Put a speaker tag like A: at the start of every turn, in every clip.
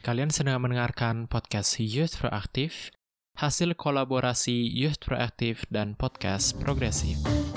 A: Kalian sedang mendengarkan podcast Youth Proaktif, hasil kolaborasi Youth Proaktif dan podcast Progresif.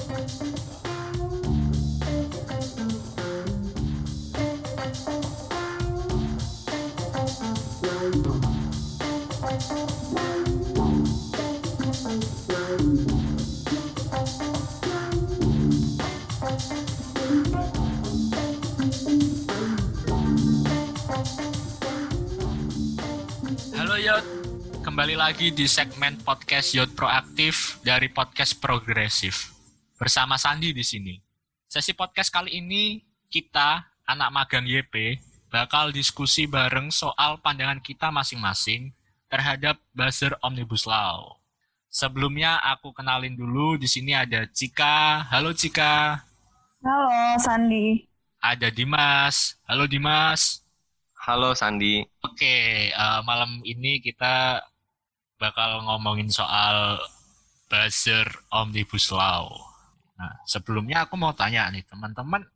B: Halo Yot, kembali lagi di segmen podcast Youth Proaktif dari podcast Progresif. Bersama Sandi di sini. Sesi podcast kali ini kita, anak magang YP, bakal diskusi bareng soal pandangan kita masing-masing terhadap buzzer Omnibus Law. Sebelumnya aku kenalin dulu, di sini ada Cika. Halo Cika.
C: Halo Sandi.
B: Ada Dimas. Halo Dimas.
D: Halo Sandi.
B: Oke, malam ini kita bakal ngomongin soal buzzer Omnibus Law. Nah, sebelumnya aku mau tanya nih, teman-teman,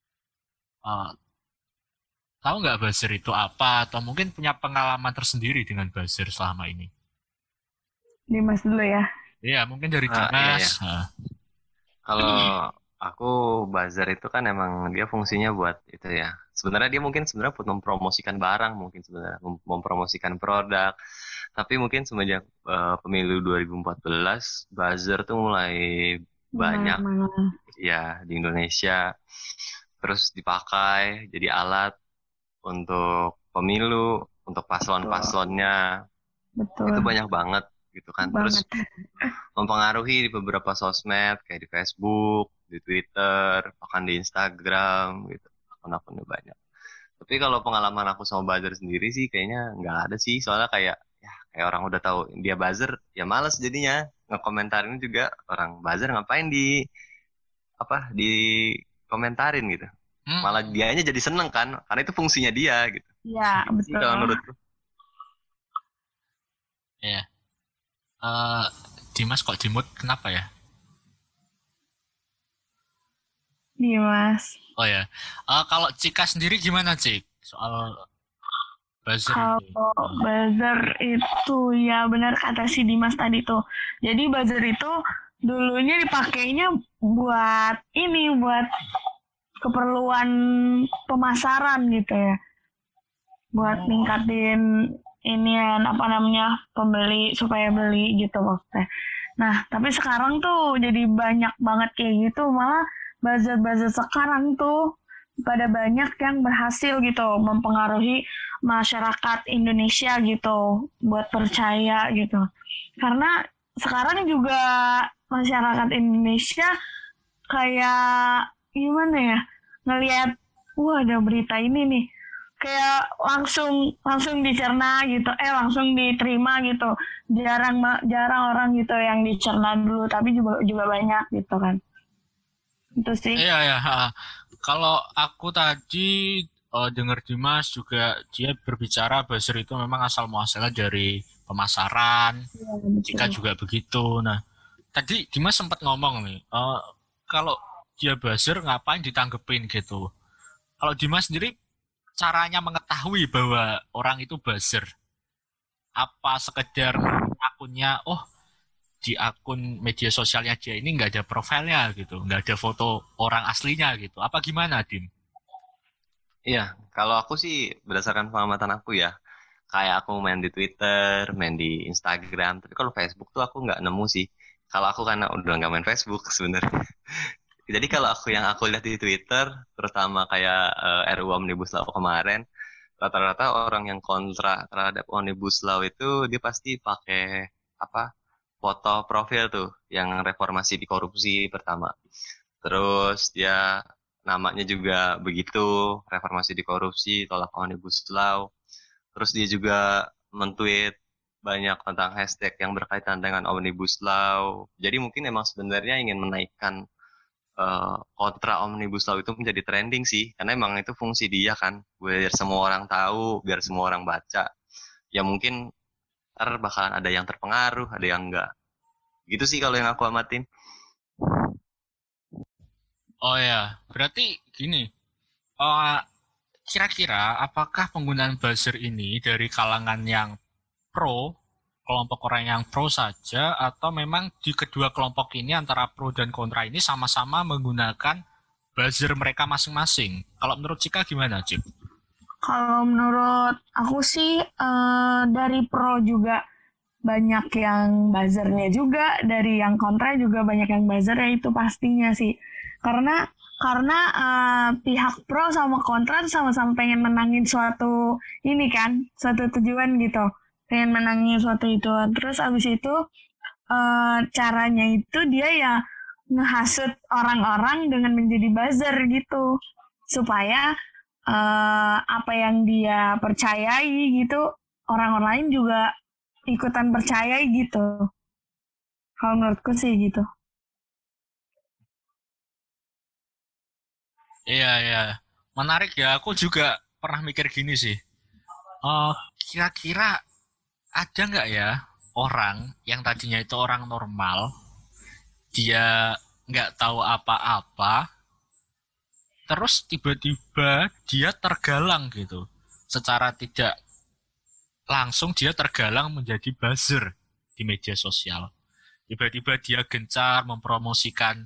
B: tahu nggak buzzer itu apa? Atau mungkin punya pengalaman tersendiri dengan buzzer selama ini?
C: Dimas dulu ya.
B: Iya, mungkin dari Dimas.
D: Iya. Kalau aku buzzer itu kan emang dia fungsinya buat itu ya. Sebenarnya dia mungkin buat mempromosikan barang, mungkin sebenarnya mempromosikan produk. Tapi mungkin semenjak pemilu 2014 buzzer tuh mulai banyak ya di Indonesia. Terus dipakai jadi alat untuk pemilu, untuk paslon-paslonnya.
C: Betul.
D: Itu banyak banget gitu kan. Terus mempengaruhi di beberapa sosmed kayak di Facebook, di Twitter, bahkan di Instagram gitu. Akun-akunnya banyak. Tapi kalau pengalaman aku sama buzzer sendiri sih kayaknya nggak ada sih. Soalnya kayak orang udah tahu dia buzzer, ya males jadinya ngekomentarin juga orang buzzer ngapain di komentarin gitu. Malah dianya jadi seneng kan, karena itu fungsinya dia gitu.
C: Iya, betul.
D: Kalau menurutku.
B: Iya. Dimas kok dimut kenapa ya?
C: Dimas.
B: Oh ya, kalau Cika sendiri gimana Cik soal buzzer?
C: Kalau buzzer itu ya benar kata si Dimas tadi tuh. Jadi buzzer itu dulunya dipakainya buat keperluan pemasaran gitu ya. Buat ningkatin pembeli supaya beli gitu maksudnya. Nah, tapi sekarang tuh jadi banyak banget kayak gitu, malah buzzer-buzzer sekarang tuh pada banyak yang berhasil gitu mempengaruhi masyarakat Indonesia gitu buat percaya gitu. Karena sekarang juga masyarakat Indonesia kayak gimana ya, ngelihat ada berita ini nih, kayak langsung dicerna gitu, langsung diterima gitu. Jarang orang gitu yang dicerna dulu, tapi juga banyak gitu kan. Itu sih.
B: Iya. Kalau aku tadi dengar Dimas juga dia berbicara buzzer itu memang asal muasalnya dari pemasaran. Jika juga begitu. Nah, tadi Dimas sempat ngomong nih, kalau dia buzzer ngapain ditanggepin gitu. Kalau Dimas sendiri caranya mengetahui bahwa orang itu buzzer, apa sekedar akunnya, di akun media sosialnya dia ini nggak ada profilnya gitu, nggak ada foto orang aslinya gitu, apa gimana Dim?
D: Iya, kalau aku sih berdasarkan pengamatan aku ya, kayak aku main di Twitter, main di Instagram, tapi kalau Facebook tuh aku nggak nemu sih. Kalau aku karena udah nggak main Facebook sebenarnya. Jadi kalau yang aku lihat di Twitter, terutama kayak RUU Omnibus Law kemarin, rata-rata orang yang kontra terhadap Omnibus Law itu dia pasti pakai foto profil tuh yang reformasi di korupsi pertama. Terus dia namanya juga begitu, reformasi di korupsi, tolak Omnibus Law. Terus dia juga men-tweet banyak tentang hashtag yang berkaitan dengan Omnibus Law. Jadi mungkin emang sebenarnya ingin menaikkan kontra Omnibus Law itu menjadi trending sih. Karena emang itu fungsi dia kan, biar semua orang tahu, biar semua orang baca. Ya mungkin ntar bakalan ada yang terpengaruh, ada yang enggak. Gitu sih kalau yang aku amatin.
B: Oh ya, berarti gini, kira-kira apakah penggunaan buzzer ini dari kalangan yang pro, kelompok orang yang pro saja, atau memang di kedua kelompok ini antara pro dan kontra ini sama-sama menggunakan buzzer mereka masing-masing? Kalau menurut Cika gimana, Cik?
C: Kalau menurut aku sih dari pro juga banyak yang buzzernya juga, dari yang kontra juga banyak yang buzzernya, itu pastinya sih. Karena pihak pro sama kontra sama-sama pengen menangin suatu ini kan, suatu tujuan gitu, pengen menangin suatu itu. Terus abis itu caranya itu dia ya ngehasut orang-orang dengan menjadi buzzer gitu, supaya apa yang dia percayai gitu orang lain juga ikutan percayai gitu. Kalau menurutku sih gitu.
B: Iya. Menarik ya. Aku juga pernah mikir gini sih. Kira-kira ada nggak ya orang yang tadinya itu orang normal, dia nggak tahu apa-apa, terus tiba-tiba dia tergalang gitu. Secara tidak langsung dia tergalang menjadi buzzer di media sosial. Tiba-tiba dia gencar mempromosikan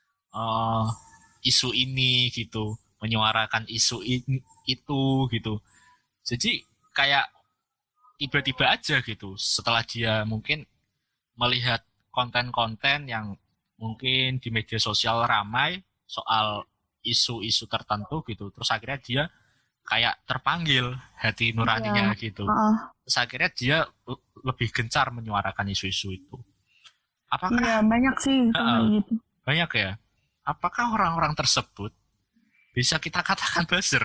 B: isu ini gitu, menyuarakan isu itu gitu. Jadi kayak tiba-tiba aja gitu, setelah dia mungkin melihat konten-konten yang mungkin di media sosial ramai soal isu-isu tertentu gitu, terus akhirnya dia kayak terpanggil hati nuraninya gitu. Terus akhirnya dia lebih gencar menyuarakan isu-isu itu. Apakah
C: Iya, banyak sih kayak gitu.
B: Banyak ya? Apakah orang-orang tersebut bisa kita katakan buzzer?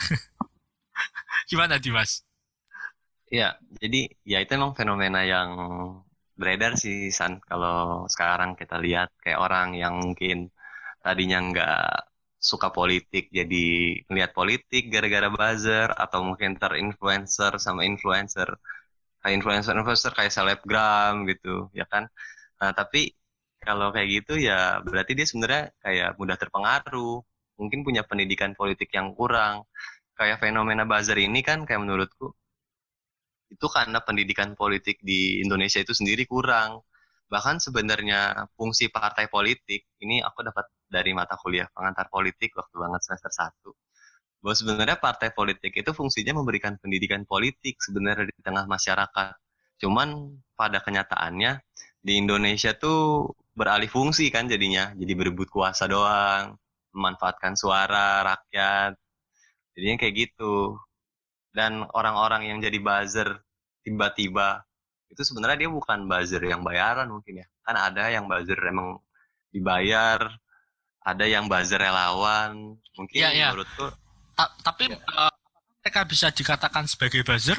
B: Gimana Dimas?
D: Iya, jadi ya itu emang fenomena yang beredar sih, San. Kalau sekarang kita lihat kayak orang yang mungkin tadinya nggak suka politik jadi ngeliat politik gara-gara buzzer, atau mungkin terinfluencer sama influencer, kayak influencer kayak selebgram gitu ya kan. Nah tapi kalau kayak gitu ya berarti dia sebenarnya kayak mudah terpengaruh, mungkin punya pendidikan politik yang kurang. Kayak fenomena buzzer ini kan kayak menurutku itu karena pendidikan politik di Indonesia itu sendiri kurang. Bahkan sebenarnya fungsi partai politik, ini aku dapat dari mata kuliah pengantar politik waktu banget semester 1, bahwa sebenarnya partai politik itu fungsinya memberikan pendidikan politik sebenarnya di tengah masyarakat. Cuman pada kenyataannya di Indonesia tuh beralih fungsi kan jadinya, jadi berebut kuasa doang, memanfaatkan suara rakyat, jadinya kayak gitu. Dan orang-orang yang jadi buzzer tiba-tiba itu sebenarnya dia bukan buzzer yang bayaran mungkin ya, kan ada yang buzzer emang dibayar, ada yang buzzer relawan mungkin.
B: Ya.
D: Menurutku
B: tapi mereka bisa dikatakan sebagai buzzer?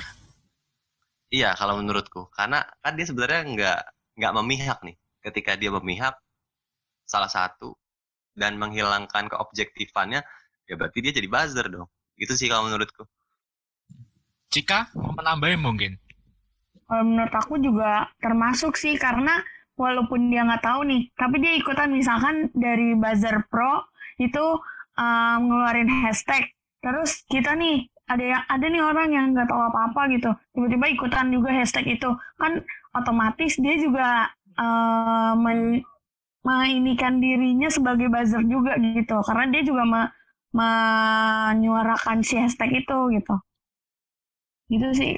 D: iya kalau menurutku, karena kan dia sebenarnya nggak memihak nih. Ketika dia memihak salah satu dan menghilangkan keobjektifannya, ya berarti dia jadi buzzer dong. Gitu sih kalau menurutku.
B: Cika mau menambahin mungkin?
C: Menurut aku juga termasuk sih, karena walaupun dia nggak tahu nih, tapi dia ikutan, misalkan dari buzzer pro itu ngeluarin hashtag, terus kita nih ada nih orang yang nggak tahu apa-apa gitu, tiba-tiba ikutan juga hashtag itu, kan otomatis dia juga menginikan dirinya sebagai buzzer juga gitu, karena dia juga menyuarakan si hashtag itu gitu. Gitu sih.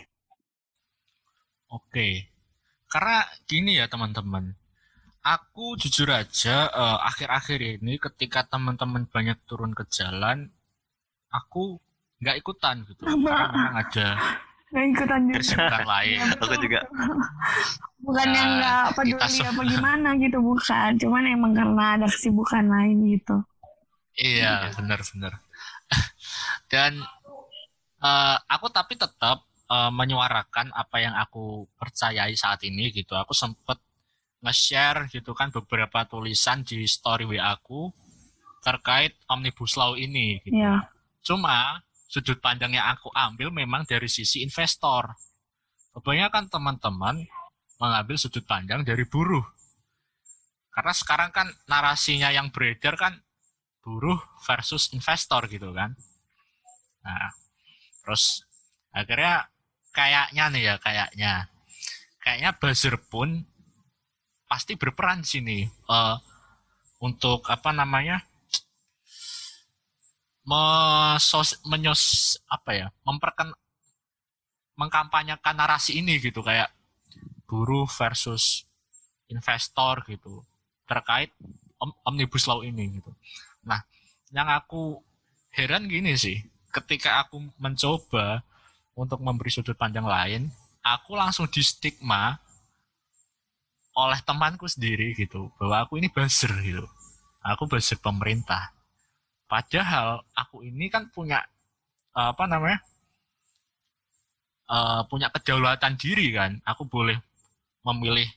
B: Oke. Karena gini ya teman-teman. Aku jujur aja akhir-akhir ini ketika teman-teman banyak turun ke jalan, aku nggak ikutan gitu. Karena memang ada
C: Nggak ikutan juga.
B: kesibukan lain.
D: Aku juga.
C: Bukan yang nggak peduli apa gimana gitu, bukan. Cuman emang karena ada kesibukan lain gitu.
B: Iya, benar-benar. Dan aku tapi tetap menyuarakan apa yang aku percayai saat ini gitu. Aku sempat nge-share gitu kan beberapa tulisan di story WA aku terkait Omnibus Law ini gitu.
C: Iya.
B: Cuma sudut pandang yang aku ambil memang dari sisi investor. Kebanyakan teman-teman mengambil sudut pandang dari buruh. Karena sekarang kan narasinya yang beredar kan buruh versus investor gitu kan. Nah, Terus akhirnya kayaknya nih ya, kayaknya buzzer pun pasti berperan di sini untuk apa namanya, mengkampanyekan narasi ini gitu, kayak buruh versus investor gitu terkait Omnibus Law ini gitu. Nah, yang aku heran gini sih, ketika aku mencoba untuk memberi sudut pandang lain, aku langsung di stigma oleh temanku sendiri gitu, bahwa aku ini buzzer gitu. Aku buzzer pemerintah. Padahal aku ini kan punya punya kedaulatan diri kan. Aku boleh memilih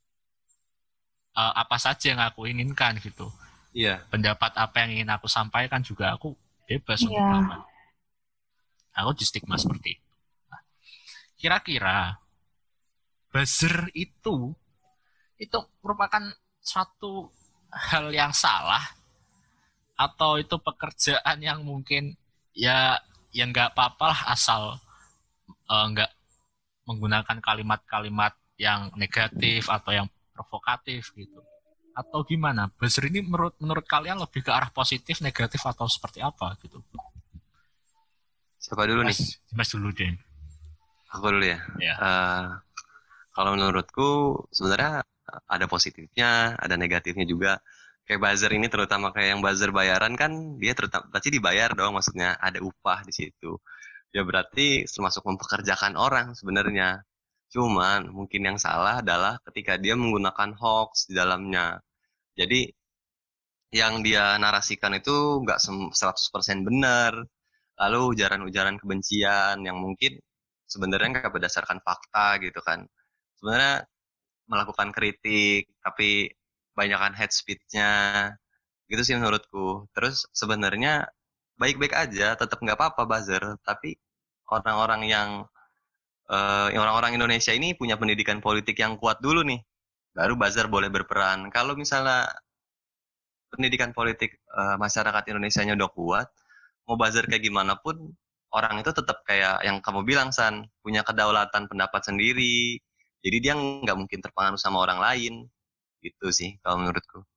B: apa saja yang aku inginkan gitu.
D: Iya.
B: Pendapat apa yang ingin aku sampaikan juga aku bebas untuk melakukan. Aku di stigma seperti itu. Nah, kira-kira buzzer itu merupakan suatu hal yang salah, atau itu pekerjaan yang mungkin ya nggak apa-apa lah, asal nggak menggunakan kalimat-kalimat yang negatif atau yang provokatif gitu, atau gimana? Buzzer ini menurut kalian lebih ke arah positif, negatif, atau seperti apa gitu?
D: Siapa dulu nih?
B: Mas dulu deh.
D: Aku dulu ya.
B: Ya.
D: Kalau menurutku sebenarnya ada positifnya, ada negatifnya juga. Kayak buzzer ini, terutama kayak yang buzzer bayaran kan, dia berarti dibayar dong, maksudnya ada upah di situ. Ya berarti termasuk mempekerjakan orang sebenarnya. Cuman mungkin yang salah adalah ketika dia menggunakan hoax di dalamnya. Jadi yang dia narasikan itu nggak 100% benar. Lalu ujaran-ujaran kebencian yang mungkin sebenarnya nggak berdasarkan fakta gitu kan. Sebenarnya melakukan kritik, tapi banyakkan hate speech-nya, gitu sih menurutku. Terus sebenarnya baik-baik aja, tetap nggak apa-apa buzzer, tapi orang-orang orang-orang Indonesia ini punya pendidikan politik yang kuat dulu nih, baru buzzer boleh berperan. Kalau misalnya pendidikan politik masyarakat Indonesianya udah kuat, mau buzzer kayak gimana pun, orang itu tetap kayak yang kamu bilang, San, punya kedaulatan pendapat sendiri. Jadi dia nggak mungkin terpengaruh sama orang lain. Gitu sih kalau menurutku.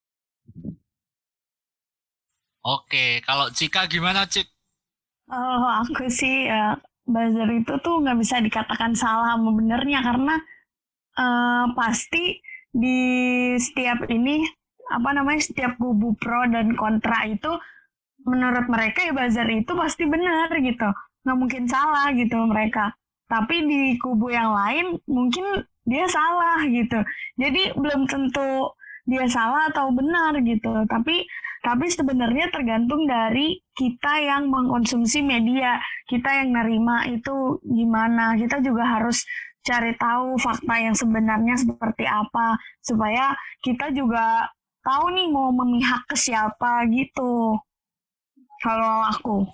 B: Oke, kalau Cika gimana, Cik?
C: Oh, aku sih buzzer itu tuh nggak bisa dikatakan salah sama benernya, karena pasti di setiap setiap kubu pro dan kontra itu, menurut mereka ya buzzer itu pasti benar gitu, nggak mungkin salah gitu mereka. Tapi di kubu yang lain mungkin dia salah gitu. Jadi belum tentu dia salah atau benar gitu. Tapi sebenarnya tergantung dari kita yang mengkonsumsi media, kita yang nerima itu gimana. Kita juga harus cari tahu fakta yang sebenarnya seperti apa, supaya kita juga tahu nih mau memihak ke siapa gitu. Kalau aku.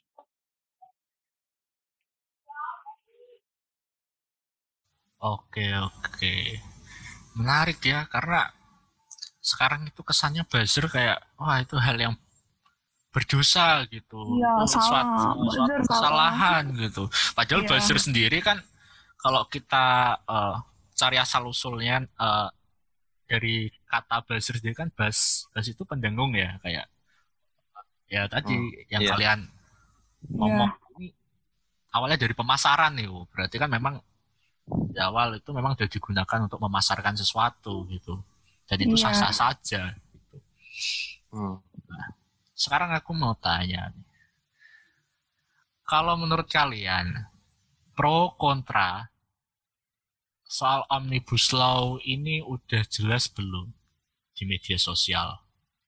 B: Oke. Menarik ya, karena sekarang itu kesannya buzzer kayak, wah itu hal yang berdosa gitu.
C: Iya,
B: Itu suatu kesalahan
C: salah.
B: gitu. Padahal buzzer sendiri kan, kalau kita cari asal usulnya dari kata buzzer sendiri kan, buzz itu pendengung ya, kayak ya tadi yang kalian ngomong ini awalnya dari pemasaran nih, berarti kan memang di awal itu memang sudah digunakan untuk memasarkan sesuatu gitu, jadi itu sah-sah saja gitu. Nah, sekarang aku mau tanya nih, kalau menurut kalian pro kontra soal Omnibus Law ini udah jelas belum di media sosial?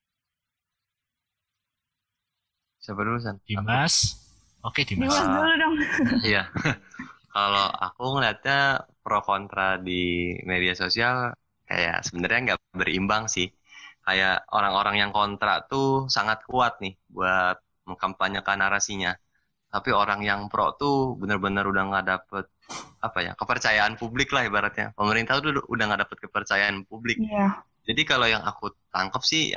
D: Siapa dulu, San?
B: Dimas. Oke, Dimas.
C: Dimas dulu dong.
D: Iya. Kalau aku ngeliatnya pro kontra di media sosial kayak sebenarnya nggak berimbang sih. Kayak orang-orang yang kontra tuh sangat kuat nih buat mengkampanyekan narasinya. Tapi orang yang pro tuh benar-benar udah nggak dapet kepercayaan publik lah ibaratnya. Pemerintah tuh udah nggak dapet kepercayaan publik.
C: Iya.
D: Jadi kalau yang aku tangkap sih,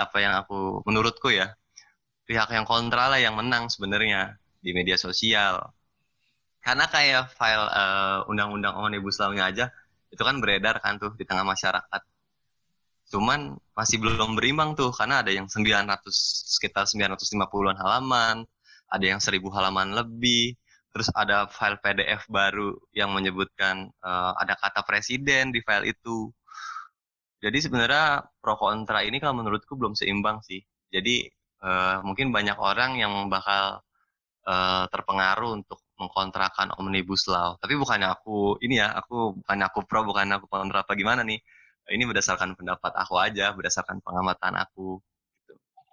D: menurutku ya, pihak yang kontra lah yang menang sebenarnya di media sosial. Karena kayak file undang-undang Omnibus Law-nya aja itu kan beredar kan tuh di tengah masyarakat. Cuman masih belum berimbang tuh karena ada yang sekitar 950-an halaman, ada yang 1000 halaman lebih, terus ada file PDF baru yang menyebutkan ada kata presiden di file itu. Jadi sebenarnya pro kontra ini kalau menurutku belum seimbang sih. Jadi mungkin banyak orang yang bakal terpengaruh untuk mengkontrakan Omnibus Law. Tapi bukannya aku pro, bukannya aku kontra apa gimana nih. Ini berdasarkan pendapat aku aja, berdasarkan pengamatan aku. Gitu.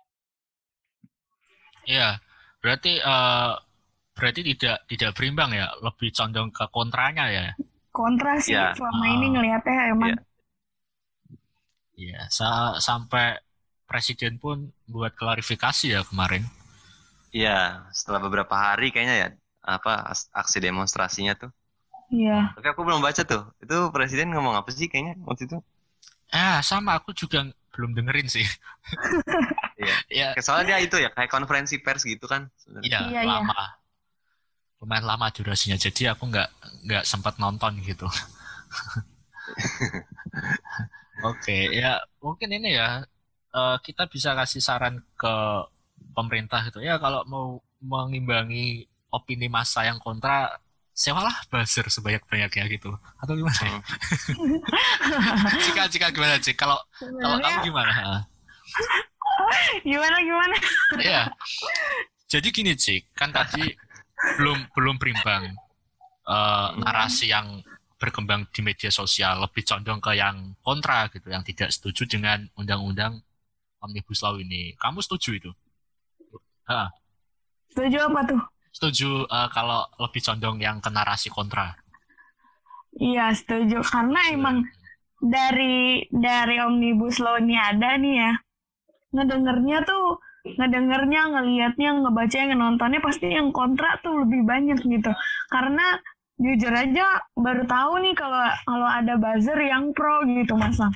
B: Iya, berarti tidak berimbang ya, lebih condong ke kontranya ya.
C: Kontra sih selama ini ngelihatnya emang.
B: Iya, sampai presiden pun buat klarifikasi ya kemarin.
D: Iya, setelah beberapa hari kayaknya ya, aksi demonstrasinya tuh.
C: Iya.
D: Tapi aku belum baca tuh. Itu presiden ngomong apa sih kayaknya waktu itu?
B: Sama aku juga belum dengerin sih.
D: Iya. Soalnya dia itu ya kayak konferensi pers gitu kan.
B: Iya, lama. Lumayan lama durasinya. Jadi aku nggak sempat nonton gitu. Oke, ya mungkin ini ya kita bisa kasih saran ke pemerintah gitu ya, kalau mau mengimbangi opini massa yang kontra, sewalah buzzer sebanyak-banyaknya gitu, atau gimana? Jika gimana sih? Kalau kamu gimana?
C: Gimana?
B: Ya, jadi gini Cik, kan tadi belum berimbang narasi yang berkembang di media sosial, lebih condong ke yang kontra gitu, yang tidak setuju dengan undang-undang Omnibus Law ini. Kamu setuju itu?
C: Setuju apa tuh?
B: Setuju kalau lebih condong yang ke narasi kontra.
C: Iya, setuju. Karena emang dari Omnibus Law ini ada nih ya, ngedengernya, ngelihatnya, ngebacanya, nontonnya pasti yang kontra tuh lebih banyak gitu. Karena jujur aja baru tahu nih kalau ada buzzer yang pro gitu, Masa.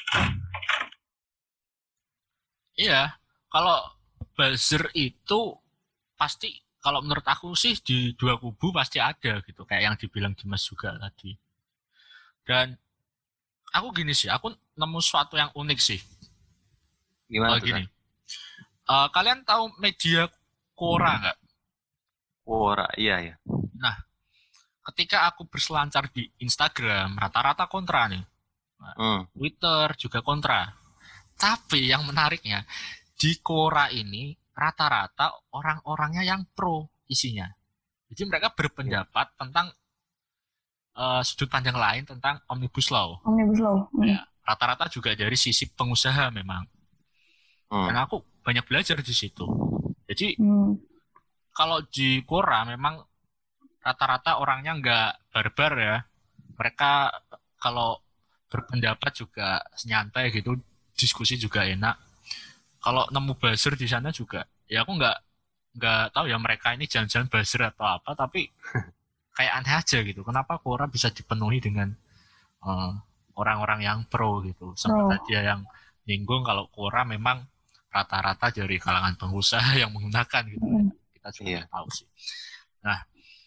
B: Iya, kalau buzzer itu pasti, kalau menurut aku sih di dua kubu pasti ada gitu, kayak yang dibilang Dimas juga tadi. Dan aku gini sih, aku nemu sesuatu yang unik sih.
D: Gimana tuh?
B: Gini, kalian tahu media Quora nggak?
D: Quora, iya.
B: Nah, ketika aku berselancar di Instagram, rata-rata kontra nih. Twitter juga kontra. Tapi yang menariknya, di Quora ini rata-rata orang-orangnya yang pro isinya. Jadi mereka berpendapat tentang sudut pandang lain tentang Omnibus Law. Ya, rata-rata juga dari sisi pengusaha memang. Dan aku banyak belajar di situ. Jadi kalau di Quora memang rata-rata orangnya nggak barbar ya. Mereka kalau berpendapat juga nyantai gitu, diskusi juga enak. Kalau nemu buzzer di sana juga, ya aku nggak tahu ya mereka ini jangan-jangan buzzer atau apa, tapi kayak aneh aja gitu. Kenapa Quora bisa dipenuhi dengan orang-orang yang pro gitu. Sempat tadi yang nyinggung kalau Quora memang rata-rata dari kalangan pengusaha yang menggunakan gitu. Kita juga tahu sih. Nah,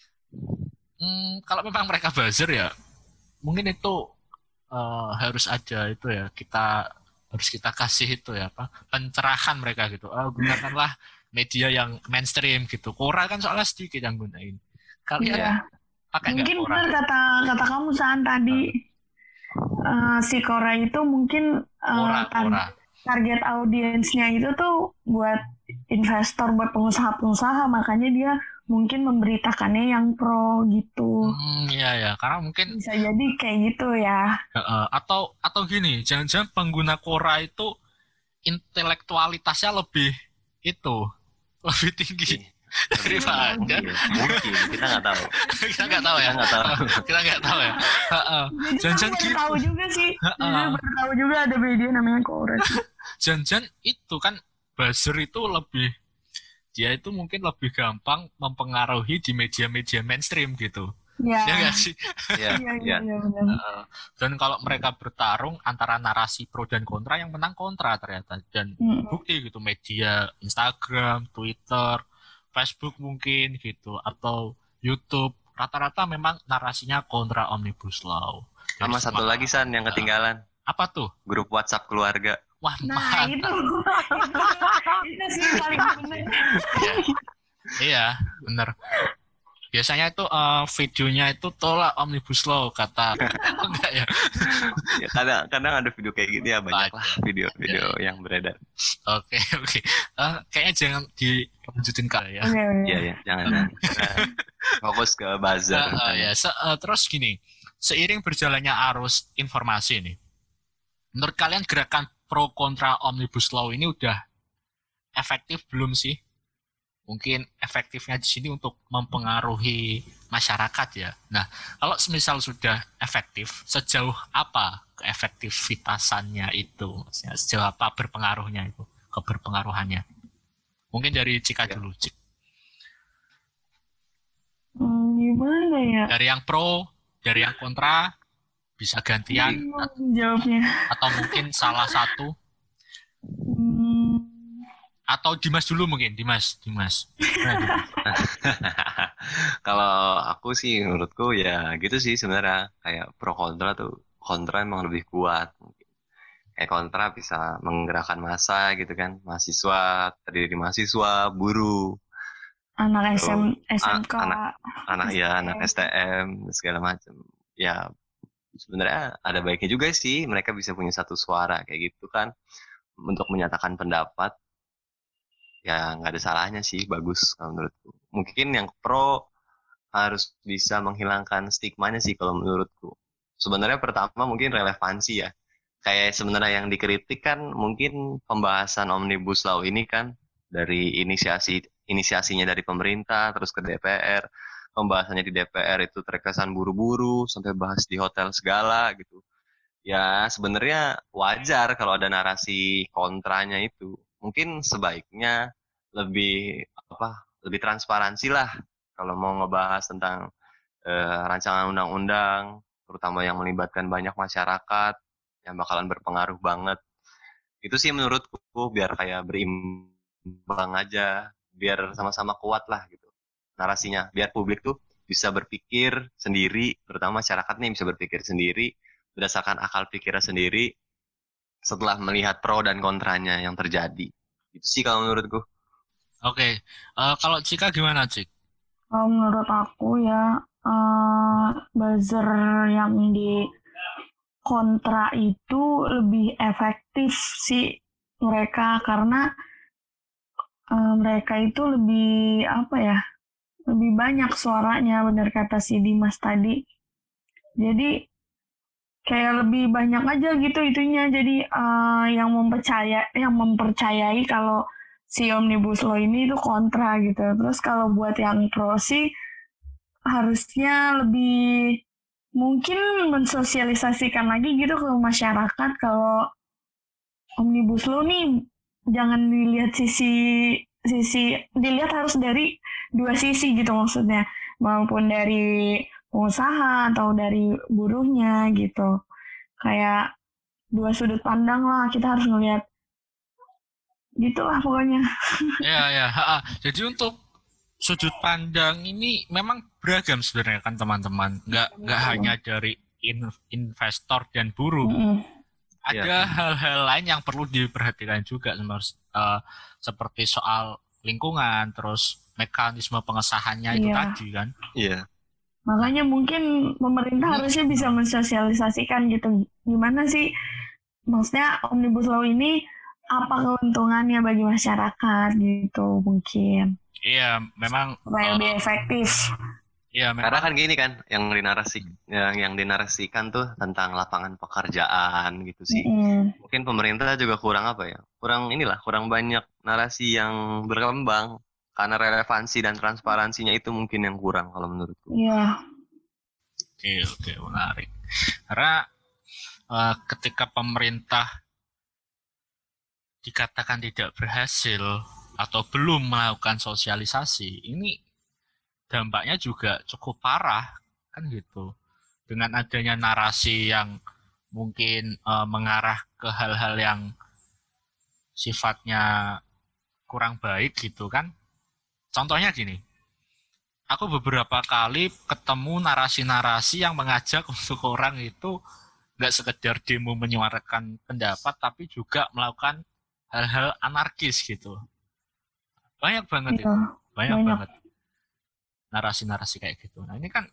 B: kalau memang mereka buzzer ya, mungkin itu harus ada itu ya, harus kita kasih itu ya, pencerahan mereka gitu. Gunakanlah media yang mainstream gitu. Quora kan soalnya sedikit yang gunain. Kalian pakai nggak Quora?
C: Mungkin benar kata kamu San tadi, si Quora itu mungkin target audiensnya itu tuh buat investor, buat pengusaha-pengusaha, makanya dia mungkin memberitakannya yang pro gitu.
B: Iya, karena mungkin
C: bisa jadi kayak gitu ya.
B: Atau gini, jangan-jangan pengguna Quora itu intelektualitasnya lebih tinggi daripada.
D: Mungkin kita nggak tahu.
B: Kita nggak tahu ya. Jangan-jangan
C: gitu. Tahu juga sih. Baru tahu juga ada media namanya Quora.
B: Jangan-jangan itu kan buzzer itu dia itu mungkin lebih gampang mempengaruhi di media-media mainstream gitu. Ya nggak sih?
C: Iya.
B: Dan kalau mereka bertarung antara narasi pro dan kontra, yang menang kontra ternyata. Dan bukti gitu, media Instagram, Twitter, Facebook mungkin gitu, atau YouTube, rata-rata memang narasinya kontra Omnibus Law.
D: Sama satu lagi San yang ketinggalan.
B: Apa tuh?
D: Grup WhatsApp keluarga.
B: Wah,
C: Nah, itu sih paling benar.
B: Iya, benar. Biasanya itu videonya itu tolak Omnibus Law kata enggak ya?
D: Ya, kadang ada video kayak gitu ya, banyak lah video-video yang beredar.
B: Oke. Kayaknya jangan dilanjutin Kak ya.
D: Iya, jangan. Fokus ke buzzer.
B: Terus gini, seiring berjalannya arus informasi ini, menurut kalian gerakan pro kontra Omnibus Law ini udah efektif belum sih? Mungkin efektifnya di sini untuk mempengaruhi masyarakat ya. Nah, kalau misal sudah efektif, sejauh apa keefektivitasannya itu? Maksudnya, sejauh apa berpengaruhnya itu? Keberpengaruhannya? Mungkin dari Cika dulu, Cik.
C: Gimana ya?
B: Dari yang pro, dari yang kontra, bisa gantian
C: jawabnya.
B: Atau mungkin salah satu. Atau Dimas dulu mungkin, Dimas.
D: Kalau aku sih, menurutku ya gitu sih sebenarnya. Kayak pro kontra tuh, kontra emang lebih kuat. Kayak kontra bisa menggerakkan massa gitu kan. Mahasiswa, terdiri mahasiswa, buruh.
C: Anak SMK.
D: Anak STM, segala macam. Ya sebenarnya ada baiknya juga sih. Mereka bisa punya satu suara kayak gitu kan. Untuk menyatakan pendapat. Ya nggak ada salahnya sih, bagus kalau menurutku. Mungkin yang pro harus bisa menghilangkan stigmanya sih kalau menurutku. Sebenarnya pertama mungkin relevansi ya. Kayak sebenarnya yang dikritik kan mungkin pembahasan Omnibus Law ini kan dari inisiasinya dari pemerintah terus ke DPR. Pembahasannya di DPR itu terkesan buru-buru sampai bahas di hotel segala gitu. Ya sebenarnya wajar kalau ada narasi kontranya itu. Mungkin sebaiknya lebih transparansi lah kalau mau ngebahas tentang rancangan undang-undang, terutama yang melibatkan banyak masyarakat yang bakalan berpengaruh banget. Itu sih menurutku biar kayak berimbang aja, biar sama-sama kuat lah gitu narasinya, biar publik tuh bisa berpikir sendiri, terutama masyarakat nih bisa berpikir sendiri berdasarkan akal pikirnya sendiri setelah melihat pro dan kontranya yang terjadi. Itu sih kalau menurutku.
B: Oke. Kalau Cika gimana, Cik?
C: Kalau menurut aku ya, buzzer yang di kontra itu lebih efektif sih mereka, karena mereka itu lebih lebih banyak suaranya, benar kata si Dimas tadi. Jadi kayak lebih banyak aja gitu itunya, jadi yang mempercayai kalau si Omnibus Law ini itu kontra gitu. Terus kalau buat yang pro sih harusnya lebih mungkin mensosialisasikan lagi gitu ke masyarakat kalau Omnibus Law nih jangan dilihat dilihat harus dari dua sisi gitu maksudnya, maupun dari pengusaha atau dari buruhnya gitu. Kayak dua sudut pandang lah, kita harus ngelihat gitulah pokoknya.
B: Ya. Jadi untuk sudut pandang ini memang beragam sebenarnya kan teman-teman. Nggak hanya dari investor dan buruh. Ada hal-hal lain yang perlu diperhatikan juga, seperti soal lingkungan, terus mekanisme pengesahannya itu tadi kan.
D: Iya.
C: Makanya mungkin pemerintah harusnya bisa mensosialisasikan gitu. Gimana sih maksudnya Omnibus Law ini, apa keuntungannya bagi masyarakat gitu mungkin.
B: Iya, memang
C: supaya lebih efektif.
B: Iya,
D: karena kan gini kan yang dinarasikan tuh tentang lapangan pekerjaan gitu sih. Mungkin pemerintah juga kurang kurang banyak narasi yang berkembang karena relevansi dan transparansinya itu mungkin yang kurang kalau menurutku.
C: Iya.
B: Oke, menarik. Karena ketika pemerintah dikatakan tidak berhasil atau belum melakukan sosialisasi, ini dampaknya juga cukup parah kan gitu. Dengan adanya narasi yang mungkin mengarah ke hal-hal yang sifatnya kurang baik gitu kan. Contohnya gini, aku beberapa kali ketemu narasi-narasi yang mengajak untuk orang itu nggak sekedar demo menyuarakan pendapat, tapi juga melakukan hal-hal anarkis gitu. Banyak banget
C: Iya,
B: itu, banyak
C: banyak.
B: banget narasi-narasi kayak gitu. Nah ini kan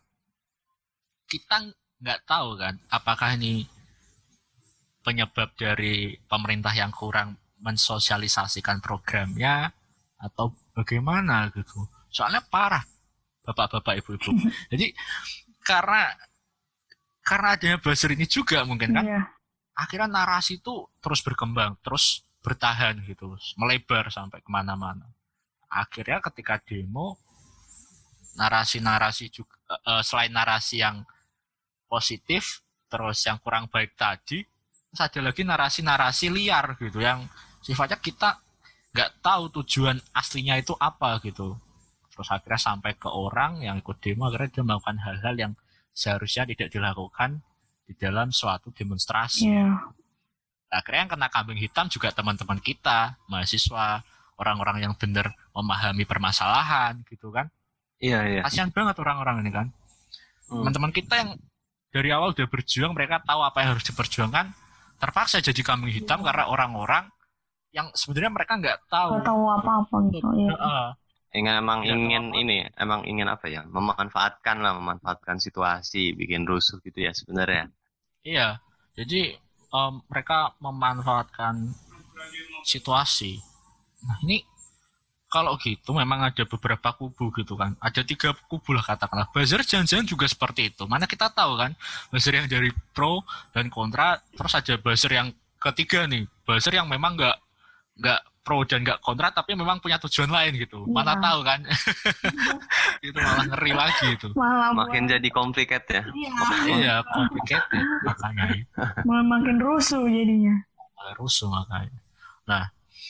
B: kita nggak tahu kan, apakah ini penyebab dari pemerintah yang kurang mensosialisasikan programnya atau bagaimana gitu. Soalnya parah, bapak-bapak, ibu-ibu. Jadi karena adanya buzzer ini juga mungkin kan,
C: Iya,
B: akhirnya narasi itu terus berkembang, terus bertahan gitu, melebar sampai kemana-mana. Akhirnya ketika demo, narasi-narasi juga, selain narasi yang positif, terus yang kurang baik tadi, terus ada lagi narasi-narasi liar gitu, yang sifatnya kita nggak tahu tujuan aslinya itu apa gitu. Terus akhirnya sampai ke orang yang ikut demo, akhirnya dia melakukan hal-hal yang seharusnya tidak dilakukan di dalam suatu demonstrasi.
C: iya.
B: Akhirnya yang kena kambing hitam juga teman-teman kita, mahasiswa, orang-orang yang benar memahami permasalahan gitu kan.
D: Iya, iya.
B: Kasihan banget orang-orang ini kan. Teman-teman kita yang dari awal udah berjuang, mereka tahu apa yang harus diperjuangkan, terpaksa jadi kambing hitam karena orang-orang yang sebenarnya mereka nggak tahu.
C: Nggak tahu apa-apa gitu. Iya.
D: Emang
B: Tidak
D: ingin
B: tahu
D: ini, emang ingin apa ya? Memanfaatkan situasi, bikin rusuh gitu ya sebenarnya.
B: Iya, jadi mereka memanfaatkan situasi. Nah ini kalau gitu memang ada beberapa kubu gitu kan. Ada 3 kubu lah katakanlah. Buzzer jangan-jangan juga seperti itu. Mana kita tahu kan, buzzer yang dari pro dan kontra, terus ada buzzer yang ketiga nih, buzzer yang memang nggak pro dan nggak kontra, tapi memang punya tujuan lain gitu. Mana
C: Iya.
B: tahu kan? Itu malah ngeri lagi itu.
C: Malah
D: Makin jadi complicated ya.
B: Iya, complicated makanya.
C: malah makin rusuh jadinya.
B: Malah rusuh makanya. Nah,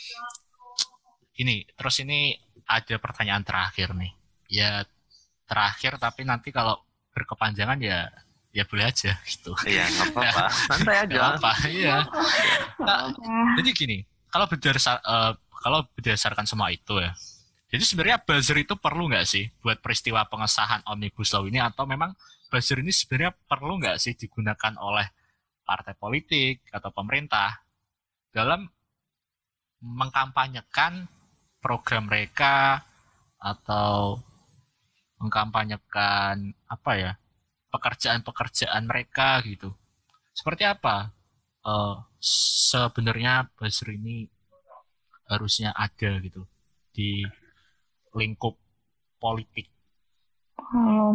B: ini ada pertanyaan terakhir nih. Ya terakhir, tapi nanti kalau berkepanjangan ya boleh aja gitu.
D: Iya, nggak apa-apa. Santai
B: Nggak
D: aja.
B: apa, iya. Nah,
C: Ya,
B: jadi gini, kalau berdasarkan semua itu ya, jadi sebenarnya buzzer itu perlu nggak sih buat peristiwa pengesahan Omnibus Law ini, atau memang buzzer ini sebenarnya perlu nggak sih digunakan oleh partai politik atau pemerintah dalam mengkampanyekan program mereka atau mengkampanyekan apa ya, pekerjaan-pekerjaan mereka gitu. Seperti apa sebenarnya buzzer ini harusnya ada gitu di lingkup politik?
C: kalau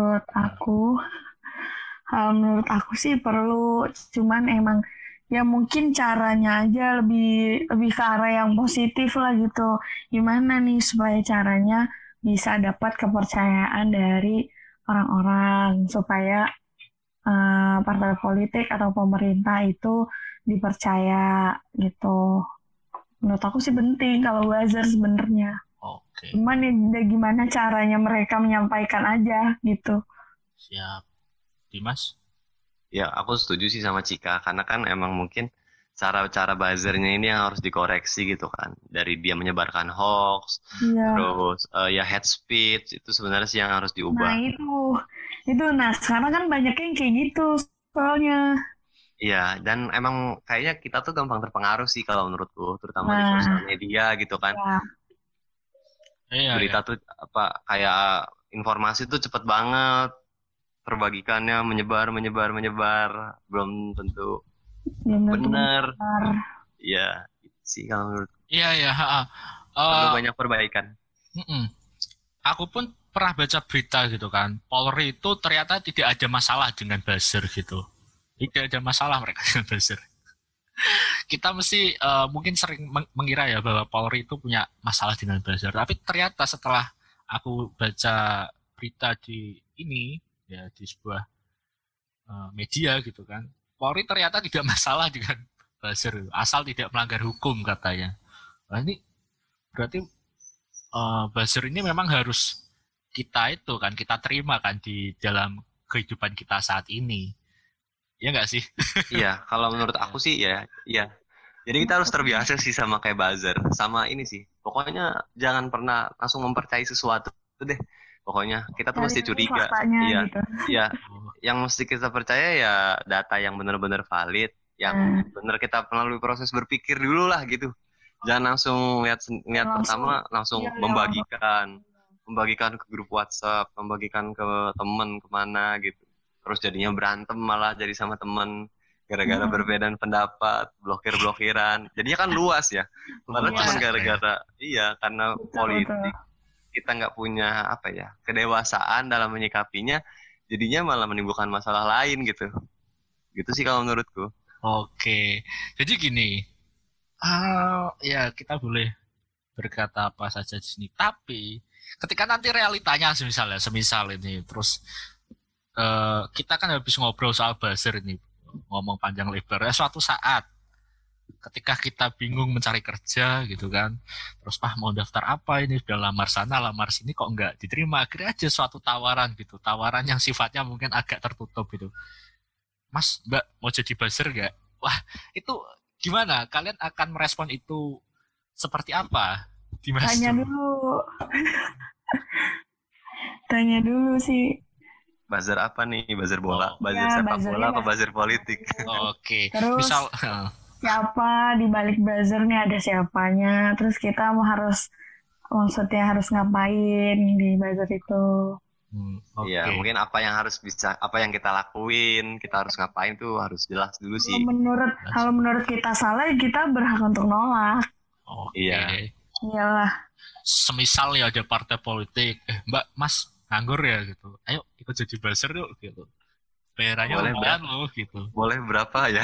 C: menurut aku sih perlu, cuman emang ya mungkin caranya aja lebih ke arah yang positif lah gitu. Gimana nih supaya caranya bisa dapat kepercayaan dari orang-orang, supaya partai politik atau pemerintah itu dipercaya gitu. Menurut aku sih penting kalau buzzer sebenarnya.
B: Oke,
C: Cuman ya gimana caranya mereka menyampaikan aja gitu.
B: siap. Dimas?
D: Ya, aku setuju sih sama Cika, karena kan emang mungkin cara-cara buzzernya ini yang harus dikoreksi gitu kan. Dari dia menyebarkan hoax,
C: Iya.
D: terus ya hate speech, itu sebenarnya sih yang harus
C: Nah
D: diubah.
C: nah sekarang kan banyak yang kayak gitu soalnya.
D: Iya, dan emang kayaknya kita tuh gampang terpengaruh sih kalau menurutku, terutama di
C: Nah,
D: sosial media gitu kan.
C: ya,
B: Iya,
D: Berita tuh apa kayak informasi tuh cepet banget terbagikannya, menyebar, belum tentu
C: belum tentu
D: benar.
C: benar.
D: Iya, itu sih kalau menurut
B: iya.
D: perlu banyak perbaikan.
B: Aku pun pernah baca berita gitu kan, Polri itu ternyata tidak ada masalah dengan buzzer gitu. Tidak ada masalah mereka dengan buzzer. Kita mesti mungkin sering mengira ya bahwa Polri itu punya masalah dengan buzzer, tapi ternyata setelah aku baca berita di ini ya, di sebuah media gitu kan, Polri ternyata tidak masalah dengan buzzer, asal tidak melanggar hukum katanya. Nah ini berarti buzzer ini memang harus kita terima kan di dalam kehidupan kita saat ini. Ya nggak sih?
D: Iya, kalau menurut aku sih ya, iya. Jadi kita harus terbiasa sih sama kayak buzzer, sama ini sih. Pokoknya jangan pernah langsung mempercayai sesuatu deh. Pokoknya kita tuh mesti
C: Cari
D: curiga.
C: faktanya
D: Iya,
C: gitu.
D: iya. Yang mesti kita percaya ya data yang benar-benar valid, yang
C: Nah,
D: benar kita melalui proses berpikir dulu lah gitu. Jangan langsung lihat
C: langsung
D: pertama langsung
C: iya ya,
D: membagikan ke grup WhatsApp, membagikan ke temen kemana gitu. Terus jadinya berantem malah jadi sama temen gara-gara berbeda pendapat, blokir-blokiran. Jadinya kan luas ya. Padahal
C: Iya.
D: cuma gara-gara karena
C: betul.
D: politik kita nggak punya kedewasaan dalam menyikapinya, jadinya malah menimbulkan masalah lain gitu. Gitu sih kalau menurutku.
B: Oke. Jadi gini, ya kita boleh berkata apa saja di sini. Tapi ketika nanti realitanya semisal ini, terus kita kan habis ngobrol soal buzzer ini, ngomong panjang lebar. Ya suatu saat, ketika kita bingung mencari kerja gitu kan, terus mau daftar apa ini, sudah lamar sana, lamar sini kok nggak diterima. Akhirnya aja suatu tawaran gitu, tawaran yang sifatnya mungkin agak tertutup gitu. Mas, Mbak, mau jadi buzzer nggak? Wah, itu gimana? Kalian akan merespon itu seperti apa? Dimas
C: Tanya dulu. Tanya dulu sih.
D: Buzzer apa nih? Buzzer bola, buzzer
C: Ya,
D: sepak
C: buzzernya
D: bola, apa
C: nggak-
D: buzzer politik?
B: Oke.
C: Terus
B: Misal
C: siapa di balik buzzer nih, ada siapanya. Terus kita maksudnya harus ngapain di buzzer itu.
B: oke.
D: Iya, mungkin apa yang kita lakuin, kita harus ngapain tuh harus jelas dulu sih.
C: Kalau menurut kita salah, kita berhak untuk nolak.
B: Oke.
D: Iya.
C: Iyalah.
B: Semisal ya ada partai politik, Mbak, Mas nganggur ya gitu. Ayo ikut jadi buzzer yuk gitu. Bayarannya
D: Boleh,
B: lumayan loh gitu.
D: Boleh berapa ya?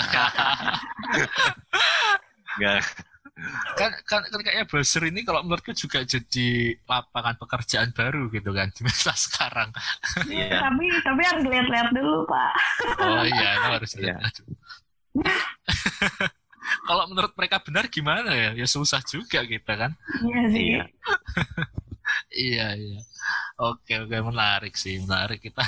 D: Enggak.
B: kan kayaknya buzzer ini kalau menurutku juga jadi lapangan pekerjaan baru gitu kan di masa sekarang.
D: Iya.
C: Tapi harus lihat-lihat dulu, Pak.
B: Oh iya, itu harus
D: Iya.
B: lihat. Kalau menurut mereka benar gimana ya? Ya susah juga kita kan.
C: Iya sih.
D: Iya.
B: Iya. Oke, menarik sih, menarik kita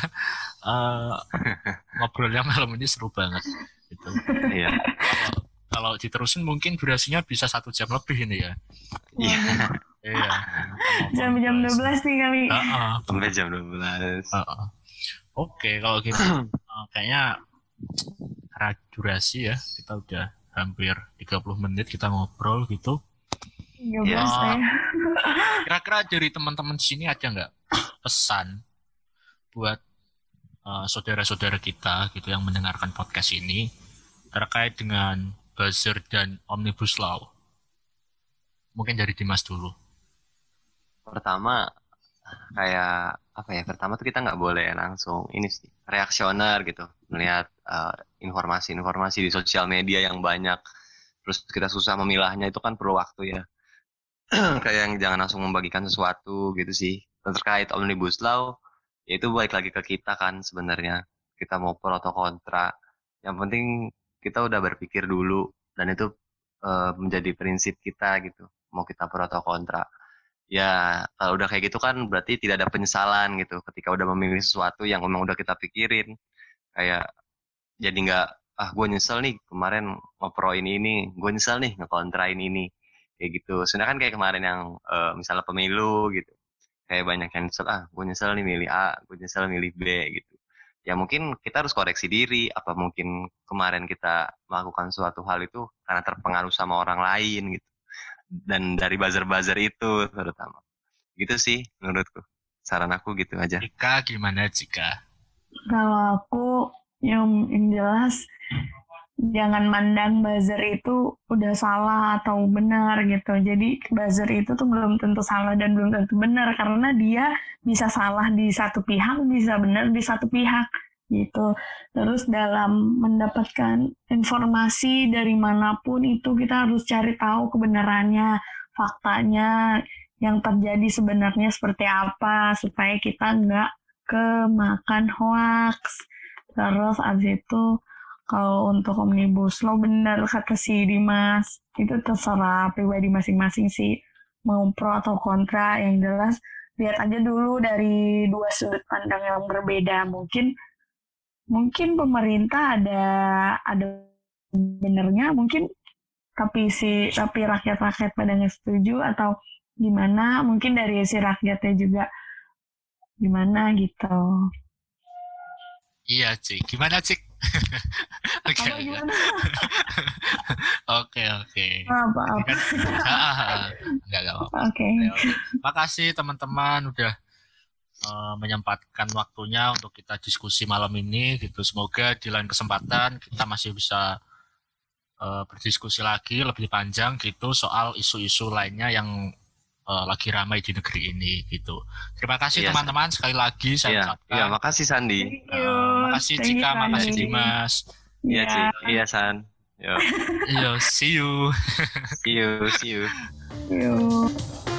B: ngobrolnya malam ini seru banget. Gitu.
D: Iya.
B: Kalau diterusin mungkin durasinya bisa 1 jam lebih ini ya.
D: Iya.
B: Iya.
C: Jam 12 nih kali.
D: Sampai jam 12.
B: Oke, kalau gitu kayaknya karena durasi ya, kita udah hampir 30 menit kita ngobrol gitu.
C: 13
B: Ya.
C: saya.
B: Kira-kira dari teman-teman sini ada nggak pesan buat saudara-saudara kita gitu yang mendengarkan podcast ini terkait dengan buzzer dan Omnibus Law? Mungkin dari Dimas dulu.
D: Pertama pertama tuh kita nggak boleh langsung ini sih reaksioner gitu melihat informasi-informasi di sosial media yang banyak, terus kita susah memilahnya, itu kan perlu waktu ya. Kayak yang jangan langsung membagikan sesuatu gitu sih. Dan terkait Omnibus Law, ya itu balik lagi ke kita kan sebenarnya, kita mau pro atau kontra. Yang penting kita udah berpikir dulu, dan itu menjadi prinsip kita gitu, mau kita pro atau kontra. Ya kalau udah kayak gitu kan berarti tidak ada penyesalan gitu ketika udah memilih sesuatu yang memang udah kita pikirin. Kayak jadi nggak gue nyesel nih kemarin ngeproin ini, gue nyesel nih ngekontrain ini, kayak gitu. Sebenarnya kan kayak kemarin yang misalnya pemilu gitu, kayak banyak yang nyesel, gue nyesel nih milih A, gue nyesel milih B gitu. Ya mungkin kita harus koreksi diri, apa mungkin kemarin kita melakukan suatu hal itu karena terpengaruh sama orang lain gitu, dan dari buzzer-buzzer itu terutama. Gitu sih menurutku, saran aku gitu aja.
B: Jika gimana jika?
C: Kalau aku yang jelas jangan mandang buzzer itu udah salah atau benar gitu. Jadi buzzer itu tuh belum tentu salah dan belum tentu benar, karena dia bisa salah di satu pihak, bisa benar di satu pihak gitu. Terus dalam mendapatkan informasi dari manapun itu kita harus cari tahu kebenarannya, faktanya, yang terjadi sebenarnya seperti apa, supaya kita nggak kemakan hoax. Terus abis itu kalau untuk Omnibus Law, benar kata si Dimas, itu terserah pribadi masing-masing sih, mau pro atau kontra. Yang jelas lihat aja dulu dari dua sudut pandang yang berbeda. Mungkin pemerintah ada benernya mungkin, tapi rakyat pada nggak setuju atau gimana. Mungkin dari si rakyatnya juga gimana gitu.
B: Iya, Cik. Gimana, Cik? Oke,
C: Apa
B: oke.
C: gimana?
B: Oke, oke.
C: Apa?
B: Kan, enggak apa-apa.
C: Oke.
B: Oke. Makasih teman-teman udah menyempatkan waktunya untuk kita diskusi malam ini gitu. Semoga di lain kesempatan kita masih bisa berdiskusi lagi lebih panjang gitu soal isu-isu lainnya yang lagi ramai di negeri ini gitu. Terima kasih
D: Iya,
B: teman-teman sekali lagi saya
D: Iya,
B: ucapkan.
D: iya, makasih Sandi.
C: Thank you.
B: Makasih
C: Thank you,
B: Cika, makasih
C: Sandi.
B: Dimas.
D: Iya,
C: Ya.
D: Cik. Iya, San. Yo,
B: Yo, see you.
D: see you, see you.
C: Yuk.